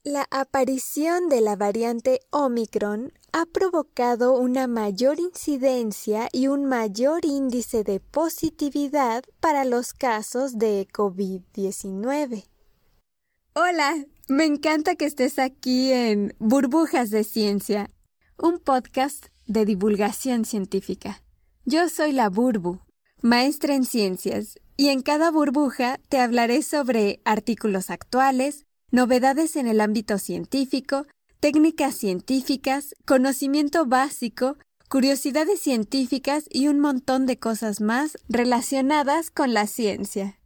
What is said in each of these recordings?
La aparición de la variante Omicron ha provocado una mayor incidencia y un mayor índice de positividad para los casos de COVID-19. Hola, me encanta que estés aquí en Burbujas de Ciencia, un podcast de divulgación científica. Yo soy la Burbu, maestra en ciencias, y en cada burbuja te hablaré sobre artículos actuales, novedades en el ámbito científico, técnicas científicas, conocimiento básico, curiosidades científicas y un montón de cosas más relacionadas con la ciencia.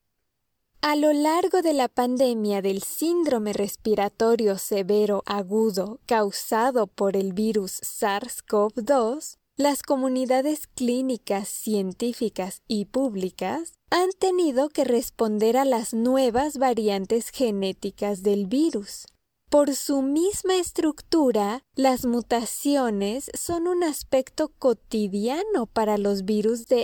A lo largo de la pandemia del síndrome respiratorio severo agudo causado por el virus SARS-CoV-2, las comunidades clínicas, científicas y públicas han tenido que responder a las nuevas variantes genéticas del virus. Por su misma estructura, las mutaciones son un aspecto cotidiano para los virus de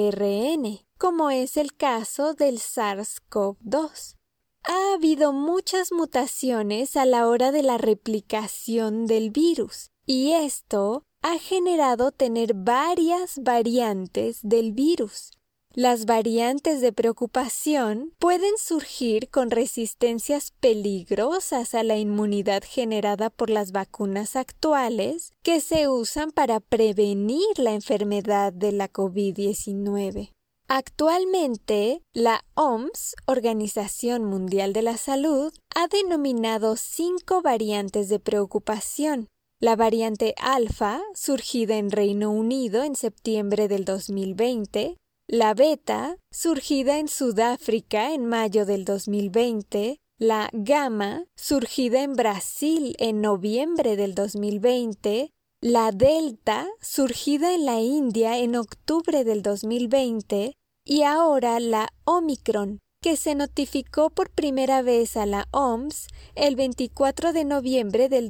ARN, como es el caso del SARS-CoV-2. Ha habido muchas mutaciones a la hora de la replicación del virus, y esto ha generado tener varias variantes del virus. Las variantes de preocupación pueden surgir con resistencias peligrosas a la inmunidad generada por las vacunas actuales que se usan para prevenir la enfermedad de la COVID-19. Actualmente, la OMS, Organización Mundial de la Salud, ha denominado 5 variantes de preocupación. La variante alfa, surgida en Reino Unido en septiembre del 2020, la beta, surgida en Sudáfrica en mayo del 2020, la gamma, surgida en Brasil en noviembre del 2020, la delta, surgida en la India en octubre del 2020, y ahora la Omicron, que se notificó por primera vez a la OMS el 24 de noviembre del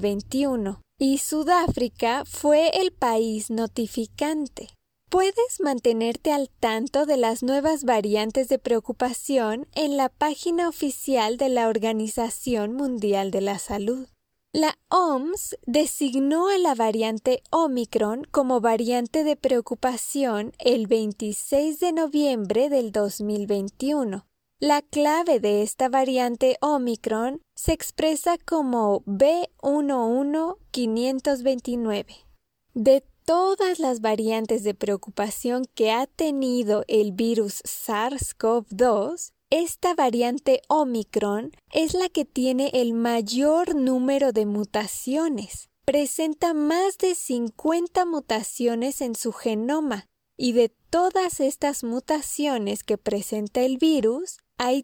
2021, y Sudáfrica fue el país notificante. Puedes mantenerte al tanto de las nuevas variantes de preocupación en la página oficial de la Organización Mundial de la Salud. La OMS designó a la variante Omicron como variante de preocupación el 26 de noviembre del 2021. La clave de esta variante Omicron se expresa como B11529. De todas las variantes de preocupación que ha tenido el virus SARS-CoV-2, esta variante Omicron es la que tiene el mayor número de mutaciones. Presenta más de 50 mutaciones en su genoma, y de todas estas mutaciones que presenta el virus, hay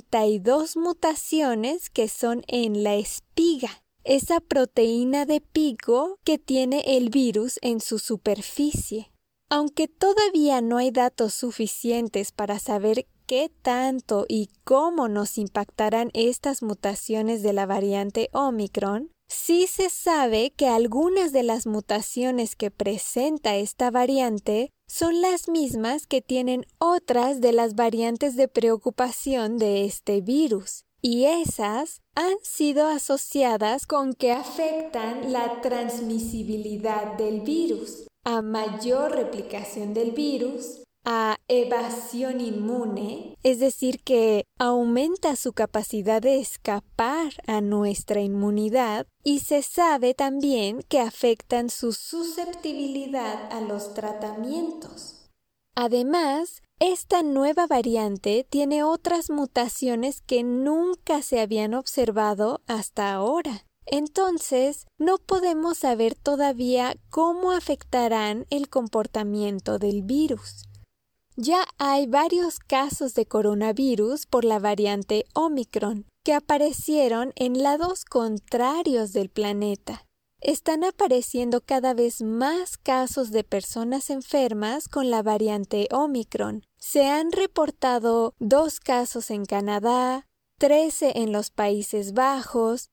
32 mutaciones que son en la espiga, esa proteína de pico que tiene el virus en su superficie. Aunque todavía no hay datos suficientes para saber qué tanto y cómo nos impactarán estas mutaciones de la variante Omicron, sí se sabe que algunas de las mutaciones que presenta esta variante son las mismas que tienen otras de las variantes de preocupación de este virus, y esas han sido asociadas con que afectan la transmisibilidad del virus, a mayor replicación del virus, a evasión inmune, es decir, que aumenta su capacidad de escapar a nuestra inmunidad, y se sabe también que afectan su susceptibilidad a los tratamientos. Además, esta nueva variante tiene otras mutaciones que nunca se habían observado hasta ahora. Entonces, no podemos saber todavía cómo afectarán el comportamiento del virus. Ya hay varios casos de coronavirus por la variante Omicron que aparecieron en lados contrarios del planeta. Están apareciendo cada vez más casos de personas enfermas con la variante Omicron. Se han reportado 2 casos en Canadá, 13 en los Países Bajos,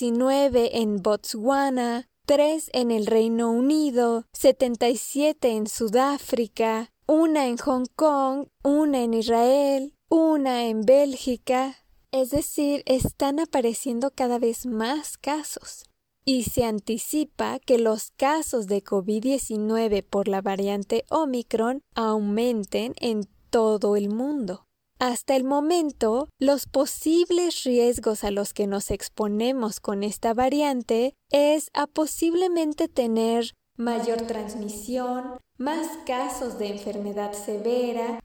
19 en Botswana, 3 en el Reino Unido, 77 en Sudáfrica, 1 en Hong Kong, 1 en Israel, 1 en Bélgica, Es decir, están apareciendo cada vez más casos. Y se anticipa que los casos de COVID-19 por la variante Omicron aumenten en todo el mundo. Hasta el momento, los posibles riesgos a los que nos exponemos con esta variante es a posiblemente tener mayor transmisión, más casos de enfermedad severa,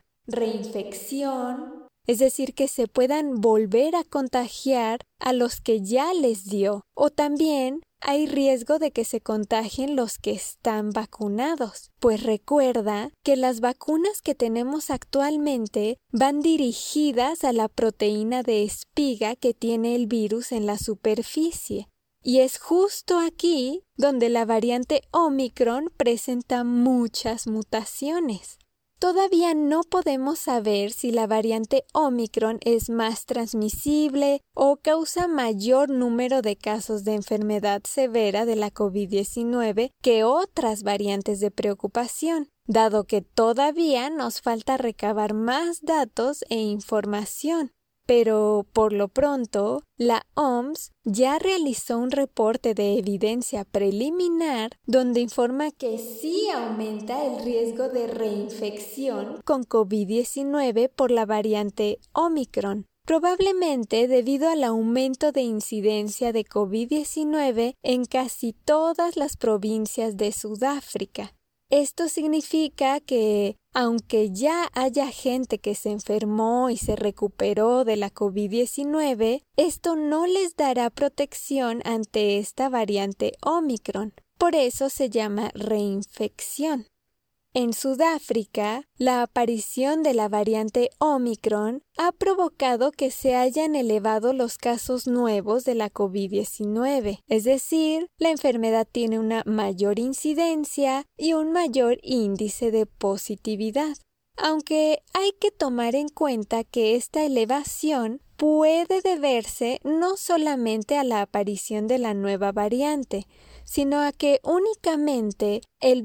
reinfección, es decir, que se puedan volver a contagiar a los que ya les dio, o también hay riesgo de que se contagien los que están vacunados, pues recuerda que las vacunas que tenemos actualmente van dirigidas a la proteína de espiga que tiene el virus en la superficie. Y es justo aquí donde la variante Omicron presenta muchas mutaciones. Todavía no podemos saber si la variante Omicron es más transmisible o causa mayor número de casos de enfermedad severa de la COVID-19 que otras variantes de preocupación, dado que todavía nos falta recabar más datos e información. Pero, por lo pronto, la OMS ya realizó un reporte de evidencia preliminar donde informa que sí aumenta el riesgo de reinfección con COVID-19 por la variante Omicron, probablemente debido al aumento de incidencia de COVID-19 en casi todas las provincias de Sudáfrica. Esto significa que, aunque ya haya gente que se enfermó y se recuperó de la COVID-19, esto no les dará protección ante esta variante Omicron. Por eso se llama reinfección. En Sudáfrica, la aparición de la variante Omicron ha provocado que se hayan elevado los casos nuevos de la COVID-19, es decir, la enfermedad tiene una mayor incidencia y un mayor índice de positividad. Aunque hay que tomar en cuenta que esta elevación puede deberse no solamente a la aparición de la nueva variante, sino a que únicamente el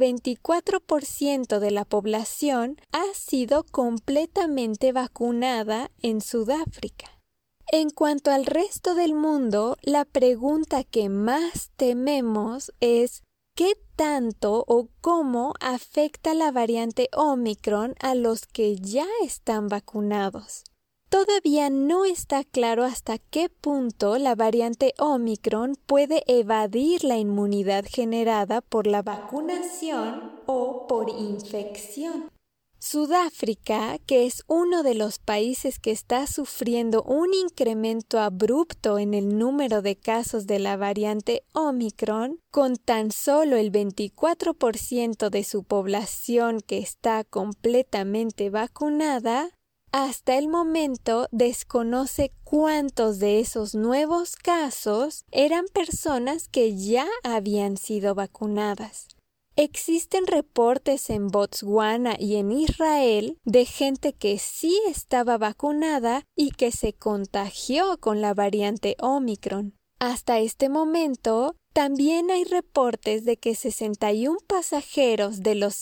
24% de la población ha sido completamente vacunada en Sudáfrica. En cuanto al resto del mundo, la pregunta que más tememos es ¿qué tanto o cómo afecta la variante Omicron a los que ya están vacunados? Todavía no está claro hasta qué punto la variante Omicron puede evadir la inmunidad generada por la vacunación o por infección. Sudáfrica, que es uno de los países que está sufriendo un incremento abrupto en el número de casos de la variante Omicron, con tan solo el 24% de su población que está completamente vacunada, hasta el momento desconoce cuántos de esos nuevos casos eran personas que ya habían sido vacunadas. Existen reportes en Botswana y en Israel de gente que sí estaba vacunada y que se contagió con la variante Omicron. Hasta este momento, también hay reportes de que 61 pasajeros de los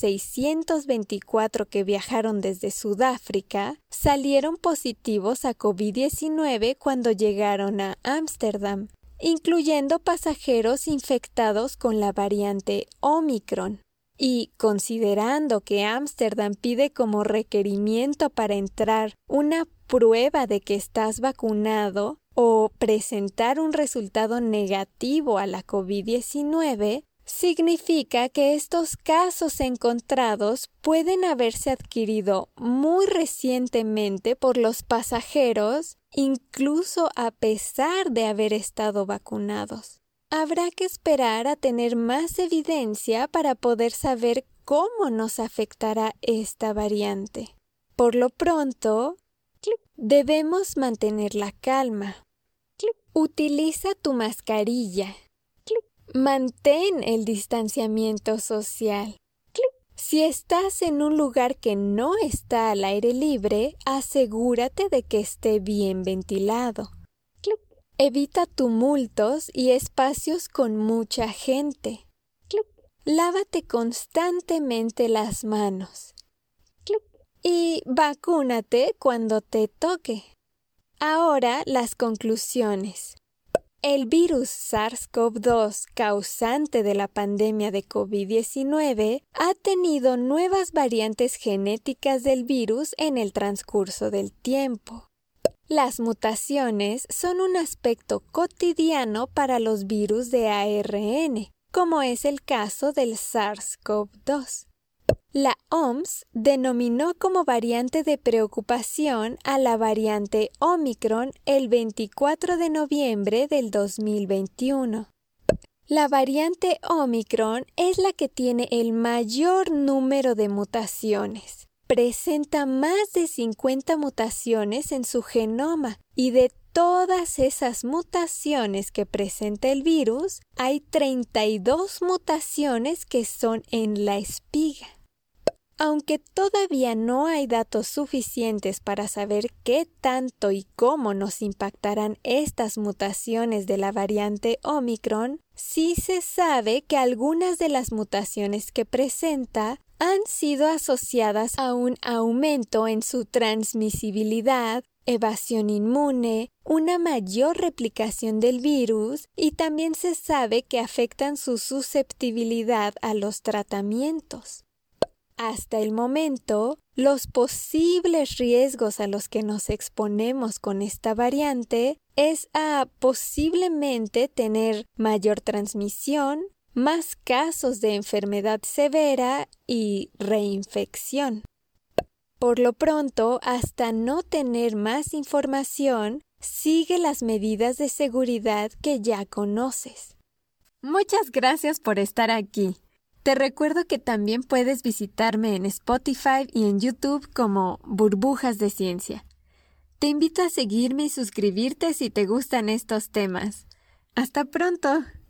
624 que viajaron desde Sudáfrica salieron positivos a COVID-19 cuando llegaron a Ámsterdam, incluyendo pasajeros infectados con la variante Omicron. Y considerando que Ámsterdam pide como requerimiento para entrar una prueba de que estás vacunado o presentar un resultado negativo a la COVID-19, significa que estos casos encontrados pueden haberse adquirido muy recientemente por los pasajeros, incluso a pesar de haber estado vacunados. Habrá que esperar a tener más evidencia para poder saber cómo nos afectará esta variante. Por lo pronto, debemos mantener la calma. Utiliza tu mascarilla. Mantén el distanciamiento social. Si estás en un lugar que no está al aire libre, asegúrate de que esté bien ventilado. Evita tumultos y espacios con mucha gente. Lávate constantemente las manos. Y vacúnate cuando te toque. Ahora las conclusiones. El virus SARS-CoV-2, causante de la pandemia de COVID-19, ha tenido nuevas variantes genéticas del virus en el transcurso del tiempo. Las mutaciones son un aspecto cotidiano para los virus de ARN, como es el caso del SARS-CoV-2. La OMS denominó como variante de preocupación a la variante Omicron el 24 de noviembre del 2021. La variante Omicron es la que tiene el mayor número de mutaciones. Presenta más de 50 mutaciones en su genoma y de todas esas mutaciones que presenta el virus, hay 32 mutaciones que son en la espiga. Aunque todavía no hay datos suficientes para saber qué tanto y cómo nos impactarán estas mutaciones de la variante Omicron, sí se sabe que algunas de las mutaciones que presenta han sido asociadas a un aumento en su transmisibilidad, evasión inmune, una mayor replicación del virus y también se sabe que afectan su susceptibilidad a los tratamientos. Hasta el momento, los posibles riesgos a los que nos exponemos con esta variante es a posiblemente tener mayor transmisión, más casos de enfermedad severa y reinfección. Por lo pronto, hasta no tener más información, sigue las medidas de seguridad que ya conoces. Muchas gracias por estar aquí. Te recuerdo que también puedes visitarme en Spotify y en YouTube como Burbujas de Ciencia. Te invito a seguirme y suscribirte si te gustan estos temas. ¡Hasta pronto!